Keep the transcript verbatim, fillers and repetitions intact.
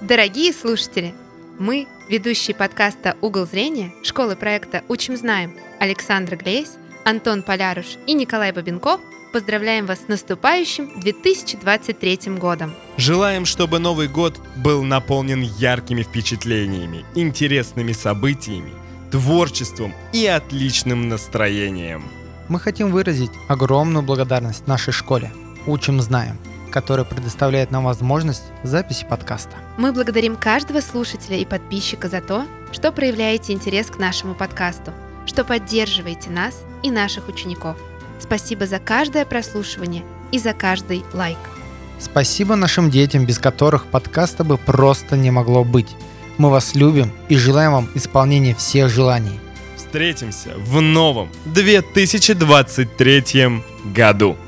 Дорогие слушатели, мы, ведущие подкаста «Угол зрения» школы проекта «Учим, знаем» Александра Глейс, Антон Поляруш и Николай Бабенков, поздравляем вас с наступающим две тысячи двадцать третьим годом. Желаем, чтобы Новый год был наполнен яркими впечатлениями, интересными событиями, творчеством и отличным настроением. Мы хотим выразить огромную благодарность нашей школе «Учим, знаем», которая предоставляет нам возможность записи подкаста. Мы благодарим каждого слушателя и подписчика за то, что проявляете интерес к нашему подкасту, что поддерживаете нас и наших учеников. Спасибо за каждое прослушивание и за каждый лайк. Спасибо нашим детям, без которых подкаста бы просто не могло быть. Мы вас любим и желаем вам исполнения всех желаний. Встретимся в новом две тысячи двадцать третьем году.